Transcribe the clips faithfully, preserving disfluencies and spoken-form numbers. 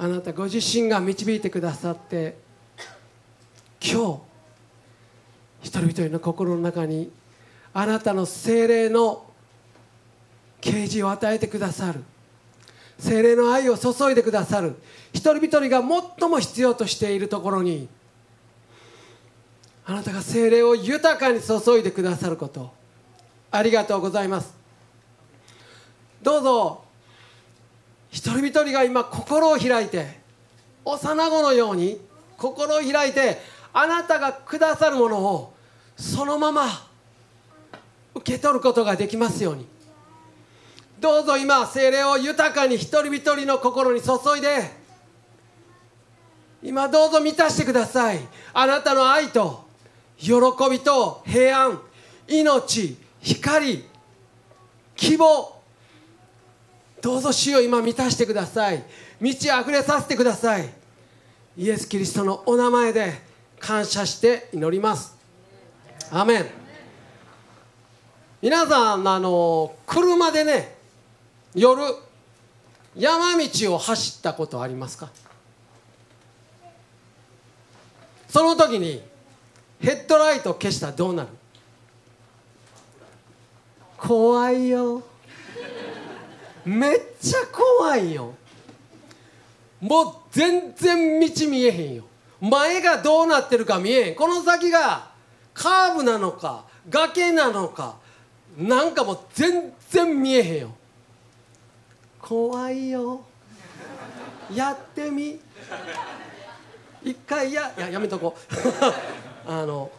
あなたご自身が導いてくださって、今日一人一人の心の中にあなたの聖霊の啓示を与えてくださる、聖霊の愛を注いでくださる、一人一人が最も必要としているところにあなたが聖霊を豊かに注いでくださること、ありがとうございます。どうぞ一人一人が今心を開いて、幼子のように心を開いて、あなたがくださるものをそのまま受け取ることができますように。どうぞ今聖霊を豊かに一人一人の心に注いで、今どうぞ満たしてください。あなたの愛と喜びと平安、命、光、希望、どうぞ主よ今満たしてください。満ち溢れさせてください。イエス・キリストのお名前で感謝して祈ります。アーメン。皆さん、あの車でね、夜山道を走ったことありますか？その時にヘッドライト消したらどうなる？怖いよ。めっちゃ怖いよ。もう全然道見えへんよ。前がどうなってるか見えへん。この先がカーブなのか崖なのか、なんかもう全然見えへんよ。怖いよ。やってみ。一回やややめとこうあの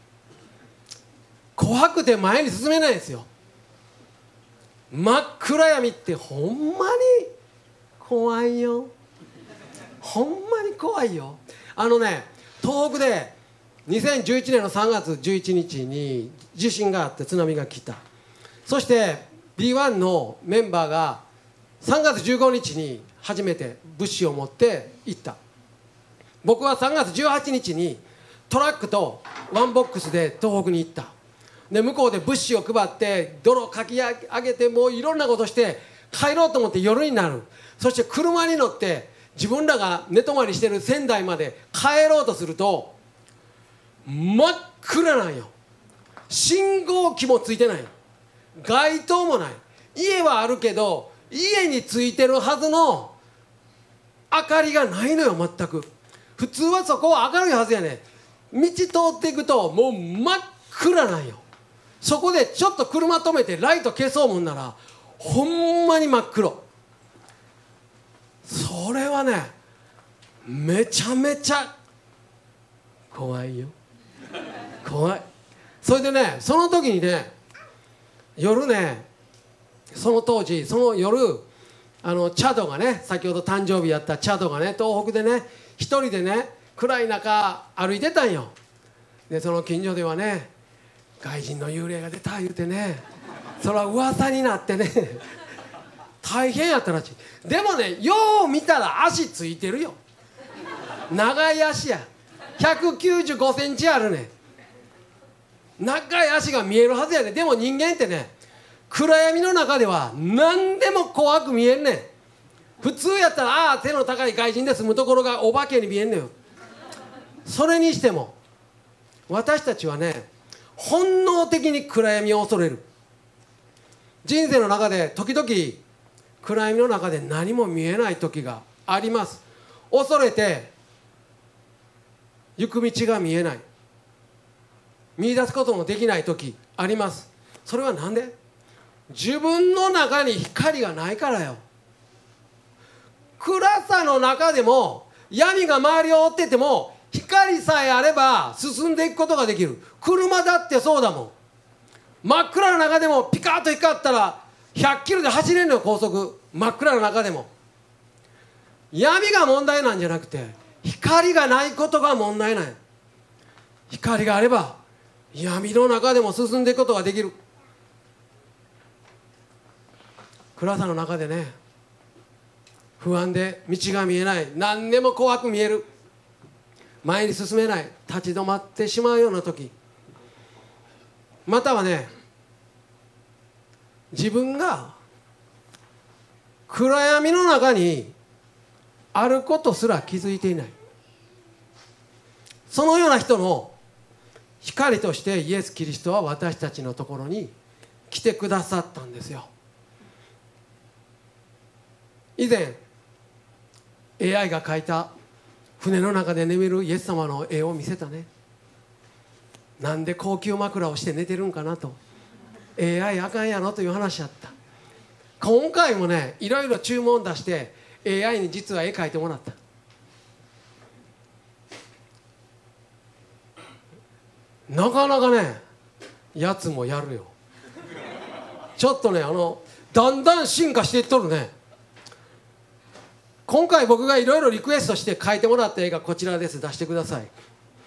怖くて前に進めないんですよ。真っ暗闇ってほんまに怖いよ。ほんまに怖いよ。あのね、東北でにせんじゅういちねんのさんがつじゅういちにちに地震があって津波が来た。そして ビーワン のメンバーがさんがつじゅうごにちに初めて物資を持って行った。僕はさんがつじゅうはちにちにトラックとワンボックスで東北に行った。で向こうで物資を配って泥をかき上げて、もういろんなことして帰ろうと思って夜になる。そして車に乗って自分らが寝泊まりしてる仙台まで帰ろうとすると真っ暗なんよ。信号機もついてない、街灯もない。家はあるけど家についてるはずの明かりがないのよ。全く。普通はそこは明るいはずやね。道通っていくともう真っ暗なんよ。そこでちょっと車止めてライト消そうもんならほんまに真っ黒。それはね、めちゃめちゃ怖いよ。怖い。それでね、その時にね、夜ね、その当時その夜、あのチャドがね、先ほど誕生日やったチャドがね、東北でね一人でね暗い中歩いてたんよ。でその近所ではね、外人の幽霊が出た言うてね、それは噂になってね大変やったらしい。でもね、よう見たら足ついてるよ。長い足や。ひゃくきゅうじゅうごセンチあるね。長い足が見えるはずやね。でも人間ってね、暗闇の中では何でも怖く見えんねん。普通やったら、ああ手の高い外人で住むところがお化けに見えんのよ。それにしても私たちはね、本能的に暗闇を恐れる。人生の中で時々暗闇の中で何も見えない時があります。恐れて行く道が見えない、見出すこともできない時あります。それはなんで？自分の中に光がないからよ。暗さの中でも闇が周りを覆ってても光さえあれば進んでいくことができる。車だってそうだもん。真っ暗の中でもピカッと光ったらひゃっキロで走れるのよ、高速。真っ暗の中でも。闇が問題なんじゃなくて光がないことが問題なんや。光があれば闇の中でも進んでいくことができる。暗さの中でね、不安で道が見えない、何でも怖く見える、前に進めない、立ち止まってしまうような時、またはね、自分が暗闇の中にあることすら気づいていない。そのような人の光としてイエス・キリストは私たちのところに来てくださったんですよ。以前 エーアイ が描いた船の中で眠るイエス様の絵を見せたね。なんで高級枕をして寝てるんかなと、 エーアイ あかんやろという話やった。今回もね、いろいろ注文出して エーアイ に実は絵描いてもらった。なかなかね、やつもやるよ。ちょっとね、あのだんだん進化していっとるね。今回僕がいろいろリクエストして描いてもらった絵がこちらです。出してください。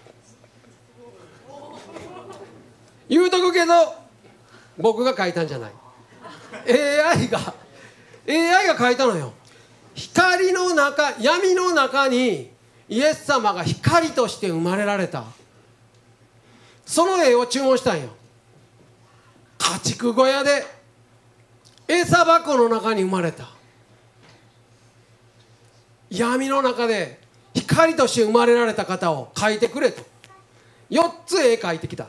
言うとくけど僕が描いたんじゃない。 エーアイ が エーアイ が描いたのよ。光の中、闇の中にイエス様が光として生まれられた、その絵を注文したんよ。家畜小屋で餌箱の中に生まれた、闇の中で光として生まれられた方を描いてくれとよっつ絵描いてきた。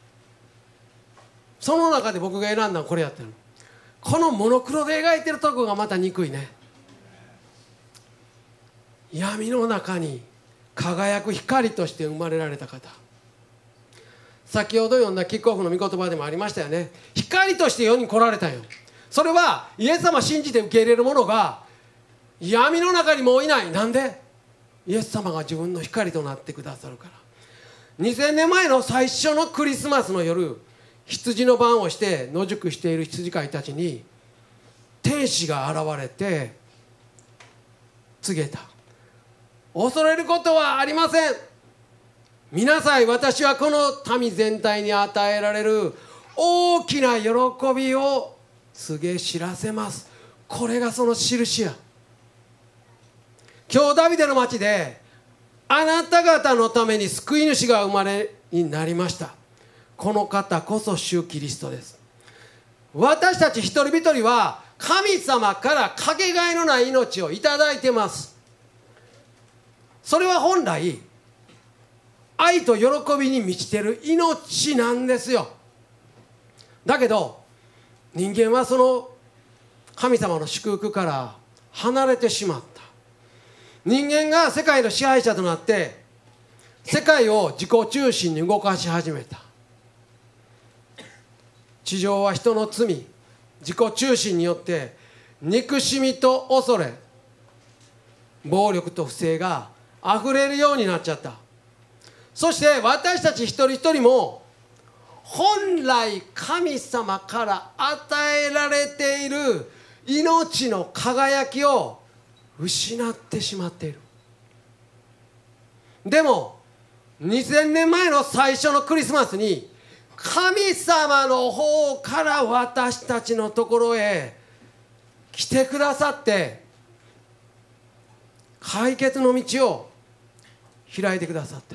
その中で僕が選んだのはこれやったの。このモノクロで描いてるとこがまた憎いね。闇の中に輝く光として生まれられた方、先ほど読んだキックオフの御言葉でもありましたよね。光として世に来られたんよ。それはイエス様信じて受け入れる者が闇の中にもういない。なんで？イエス様が自分の光となってくださるから。にせんねんまえの最初のクリスマスの夜、羊の番をして野宿している羊飼いたちに天使が現れて告げた。恐れることはありません。見なさい、私はこの民全体に与えられる大きな喜びを告げ知らせます。これがその印や。今日ダビデの町であなた方のために救い主が生まれになりました。この方こそ主キリストです。私たち一人一人は神様からかけがえのない命をいただいてます。それは本来愛と喜びに満ちている命なんですよ。だけど人間はその神様の祝福から離れてしまった。人間が世界の支配者となって世界を自己中心に動かし始めた。地上は人の罪、自己中心によって憎しみと恐れ、暴力と不正があふれるようになっちゃった。そして私たち一人一人も本来神様から与えられている命の輝きを失ってしまっている。でもにせんねんまえの最初のクリスマスに神様の方から私たちのところへ来てくださって解決の道を開いてくださった。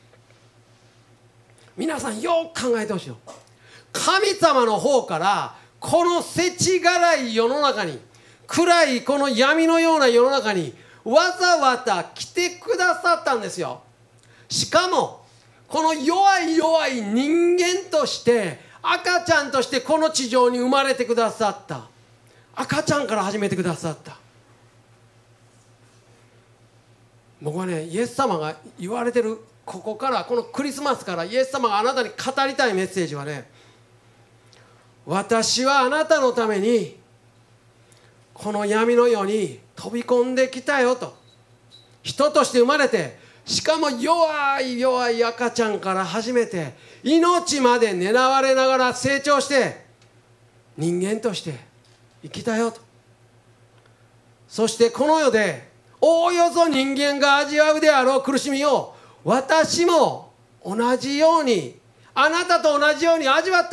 皆さんよく考えてほしいよ。神様の方からこの世知辛い世の中に、暗いこの闇のような世の中にわざわざ来てくださったんですよ。しかもこの弱い弱い人間として赤ちゃんとしてこの地上に生まれてくださった。赤ちゃんから始めてくださった。僕はね、イエス様が言われてるここからこのクリスマスからイエス様があなたに語りたいメッセージはね、私はあなたのためにこの闇の世に飛び込んできたよと。人として生まれて、しかも弱い弱い赤ちゃんから始めて命まで狙われながら成長して人間として生きたよと。そしてこの世でおおよそ人間が味わうであろう苦しみを私も同じように、あなたと同じように味わった。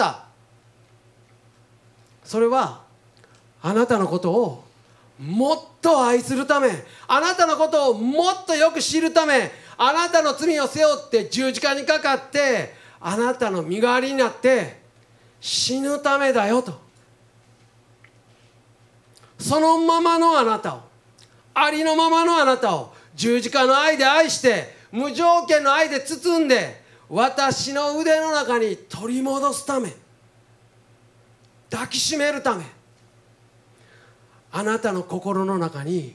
それはあなたのことをもっと愛するため、あなたのことをもっとよく知るため、あなたの罪を背負って十字架にかかってあなたの身代わりになって死ぬためだよと。そのままのあなたをありのままのあなたを十字架の愛で愛して無条件の愛で包んで私の腕の中に取り戻すため、抱きしめるため、あなたの心の中に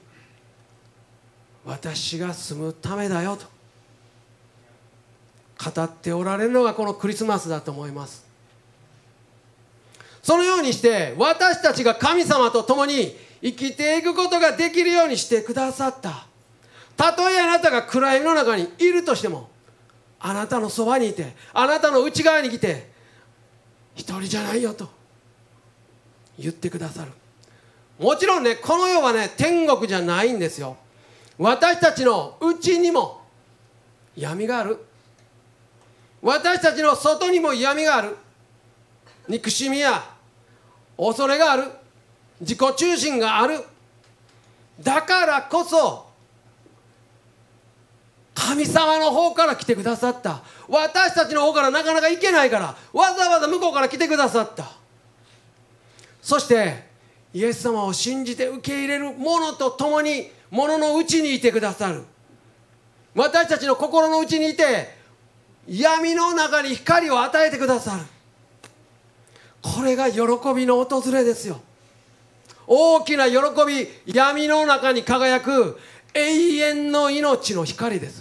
私が住むためだよと語っておられるのがこのクリスマスだと思います。そのようにして私たちが神様と共に生きていくことができるようにしてくださった。たとえあなたが暗闇の中にいるとしても、あなたのそばにいて、あなたの内側に来て、一人じゃないよと言ってくださる。もちろんね、この世はね、天国じゃないんですよ。私たちの内にも闇がある。私たちの外にも闇がある。憎しみや恐れがある。自己中心がある。だからこそ神様の方から来てくださった。私たちの方からなかなか行けないからわざわざ向こうから来てくださった。そしてイエス様を信じて受け入れる者と共に物のうちにいてくださる。私たちの心の内にいて闇の中に光を与えてくださる。これが喜びの訪れですよ。大きな喜び、闇の中に輝く永遠の命の光です。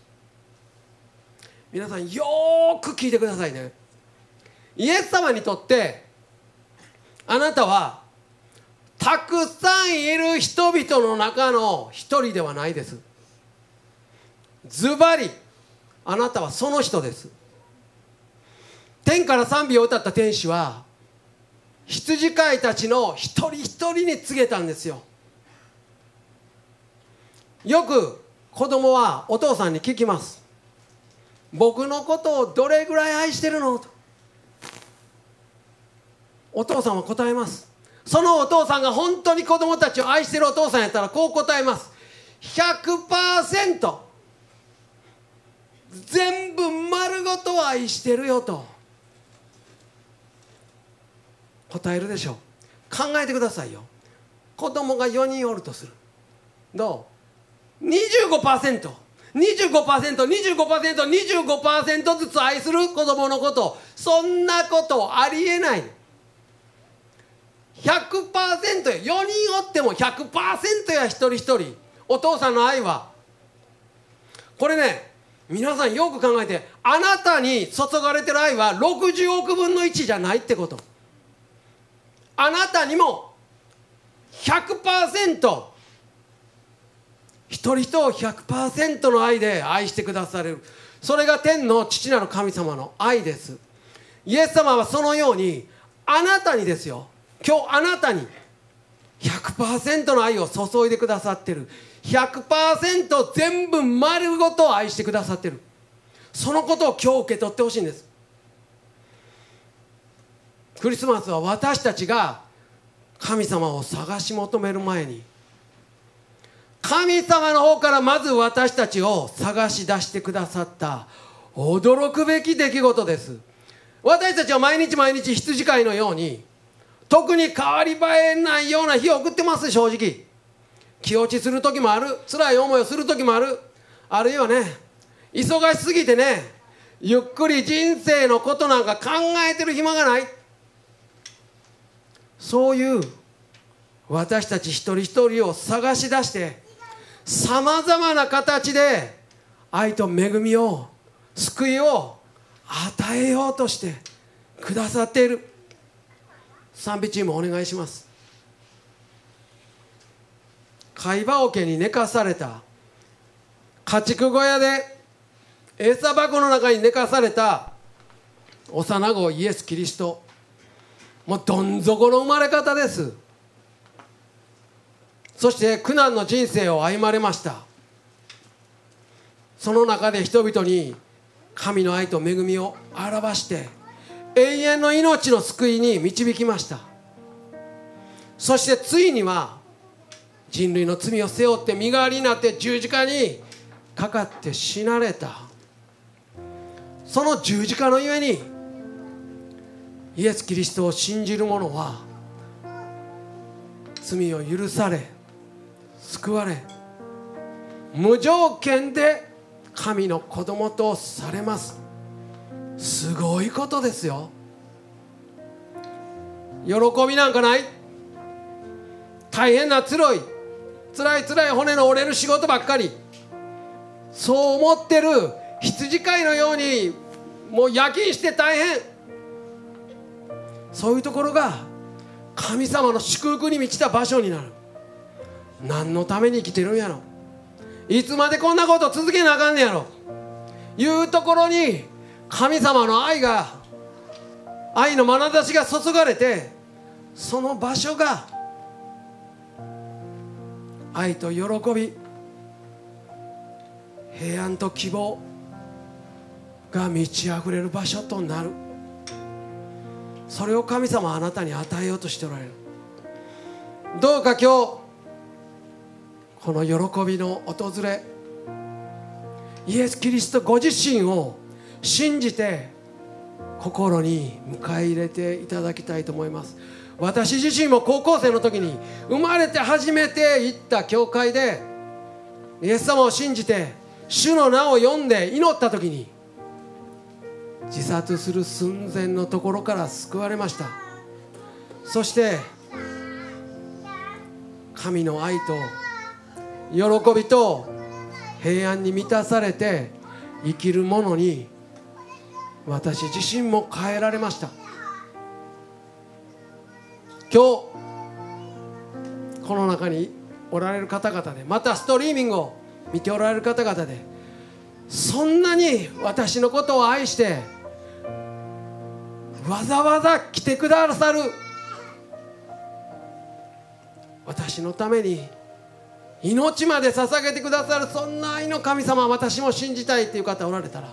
皆さんよーく聞いてくださいね。イエス様にとってあなたはたくさんいる人々の中の一人ではないです。ズバリあなたはその人です。天から賛美を歌った天使は羊飼いたちの一人一人に告げたんですよ。よく子供はお父さんに聞きます。僕のことをどれぐらい愛してるのと。お父さんは答えます。そのお父さんが本当に子供たちを愛してるお父さんやったらこう答えます。 ひゃくパーセント 全部丸ごと愛してるよと答えるでしょう。考えてくださいよ。子供がよにんおるとする。どう にじゅうごパーセント、にじゅうごパーセント、にじゅうごパーセント、にじゅうごパーセント ずつ愛する子供のこと、そんなことありえない。 ひゃくパーセント や。よにんおっても ひゃくパーセント や。一人一人お父さんの愛は。これね、皆さんよく考えて、あなたに注がれてる愛はろくじゅうおくぶんのいちじゃないってこと。あなたにも ひゃくパーセント 一人人を ひゃくパーセント の愛で愛してくだされる。それが天の父なる神様の愛です。イエス様はそのようにあなたにですよ、今日あなたに ひゃくパーセント の愛を注いでくださってる。 ひゃくパーセント 全部丸ごと愛してくださってる。そのことを今日受け取ってほしいんです。クリスマスは私たちが神様を探し求める前に、神様の方からまず私たちを探し出してくださった驚くべき出来事です。私たちは毎日毎日羊飼いのように特に変わり映えないような日を送ってます。正直気落ちする時もある。辛い思いをする時もある。あるいはね、忙しすぎてね、ゆっくり人生のことなんか考えてる暇がない。そういう私たち一人一人を探し出してさまざまな形で愛と恵みを救いを与えようとしてくださっている。賛美チームお願いします。貝羽桶に寝かされた、家畜小屋で餌箱の中に寝かされた幼子イエス・キリスト、もうどん底の生まれ方です。そして苦難の人生を歩まれました。その中で人々に神の愛と恵みを表して永遠の命の救いに導きました。そしてついには人類の罪を背負って身代わりになって十字架にかかって死なれた。その十字架のゆえにイエス・キリストを信じる者は罪を許され、 救われ、無条件で神の子供とされます。すごいことですよ。喜びなんかない。大変なつらいつらいつらい骨の折れる仕事ばっかり、そう思ってる羊飼いのようにもう夜勤して大変、そういうところが神様の祝福に満ちた場所になる。何のために生きてるんやろ、いつまでこんなこと続けなあかんねやろいうところに神様の愛が愛の眼差しが注がれて、その場所が愛と喜び、平安と希望が満ち溢れる場所となる。それを神様はあなたに与えようとしておられる。どうか今日この喜びの訪れ、イエス・キリストご自身を信じて心に迎え入れていただきたいと思います。私自身も高校生の時に生まれて初めて行った教会でイエス様を信じて主の名を呼んで祈った時に、自殺する寸前のところから救われました。そして神の愛と喜びと平安に満たされて生きるものに私自身も変えられました。今日この中におられる方々で、またストリーミングを見ておられる方々で、そんなに私のことを愛してわざわざ来てくださる、私のために命まで捧げてくださる、そんな愛の神様、私も信じたいという方おられたら、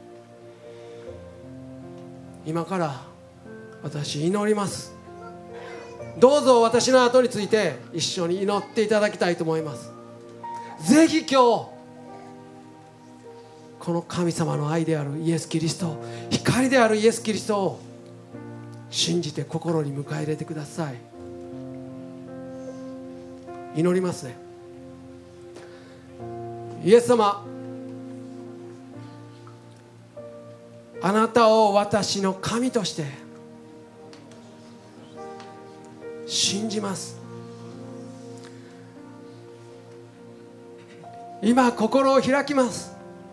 今から私祈ります。どうぞ私の後について一緒に祈っていただきたいと思います。ぜひ今日この神様の愛であるイエス・キリスト、光であるイエス・キリストを信じて心に迎え入れてください。祈りますね。イエス様、あなたを私の神として信じます。今心を開きます。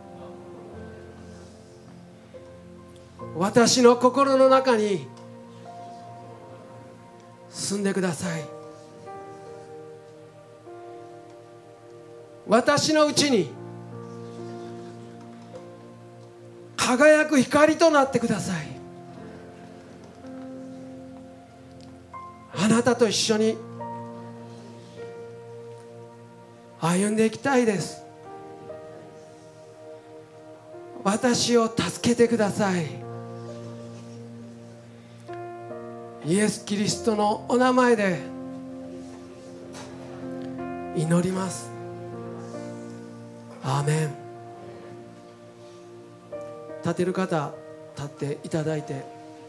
私の心の中に住んでください。私のうちに輝く光となってください。あなたと一緒に歩んでいきたいです。私を助けてください。イエス・キリストのお名前で祈ります。アーメン。立てる方立っていただいて、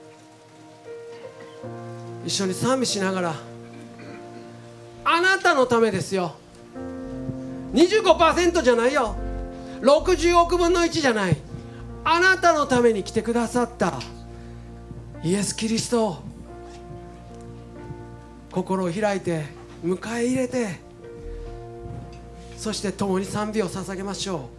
一緒に賛美しながら、あなたのためですよ。 にじゅうごパーセント じゃないよ、ろくじゅうおくぶんのいちじゃない、あなたのために来てくださったイエス・キリストを心を開いて迎え入れて、そして共に賛美を捧げましょ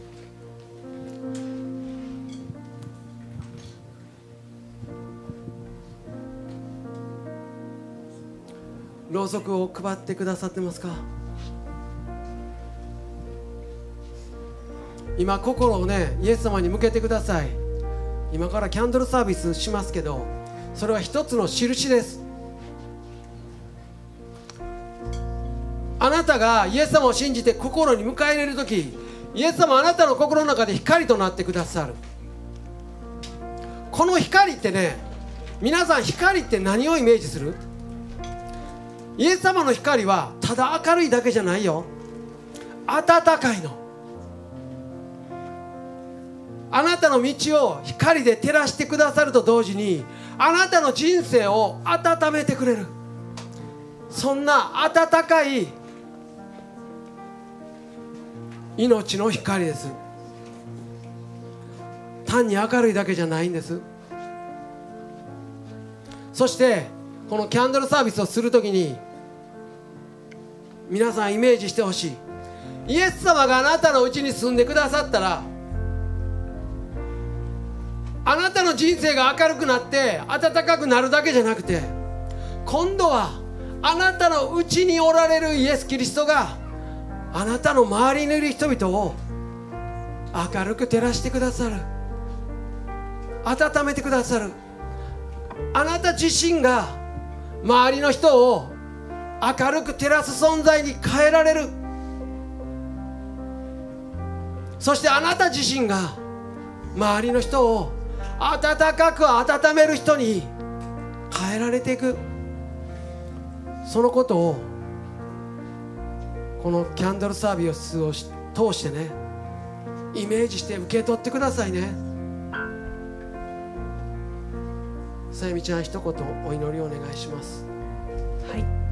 う。ろうそくを配ってくださってますか？今心をね、イエス様に向けてください。今からキャンドルサービスしますけど、それは一つの印です。あなたがイエス様を信じて心に迎え入れるとき、イエス様はあなたの心の中で光となってくださる。この光ってね、皆さん光って何をイメージする？イエス様の光はただ明るいだけじゃないよ。温かいの。あなたの道を光で照らしてくださると同時に、あなたの人生を温めてくれる。そんな温かい命の光です。単に明るいだけじゃないんです。そしてこのキャンドルサービスをするときに皆さんイメージしてほしい。イエス様があなたのうちに住んでくださったら、あなたの人生が明るくなって温かくなるだけじゃなくて、今度はあなたのうちにおられるイエス・キリストがあなたの周りにいる人々を明るく照らしてくださる、温めてくださる。あなた自身が周りの人を明るく照らす存在に変えられる。そしてあなた自身が周りの人を温かく温める人に変えられていく。そのことをこのキャンドルサービスを通してね、イメージして受け取ってくださいね。さゆみちゃん、一言お祈りをお願いします。 はい。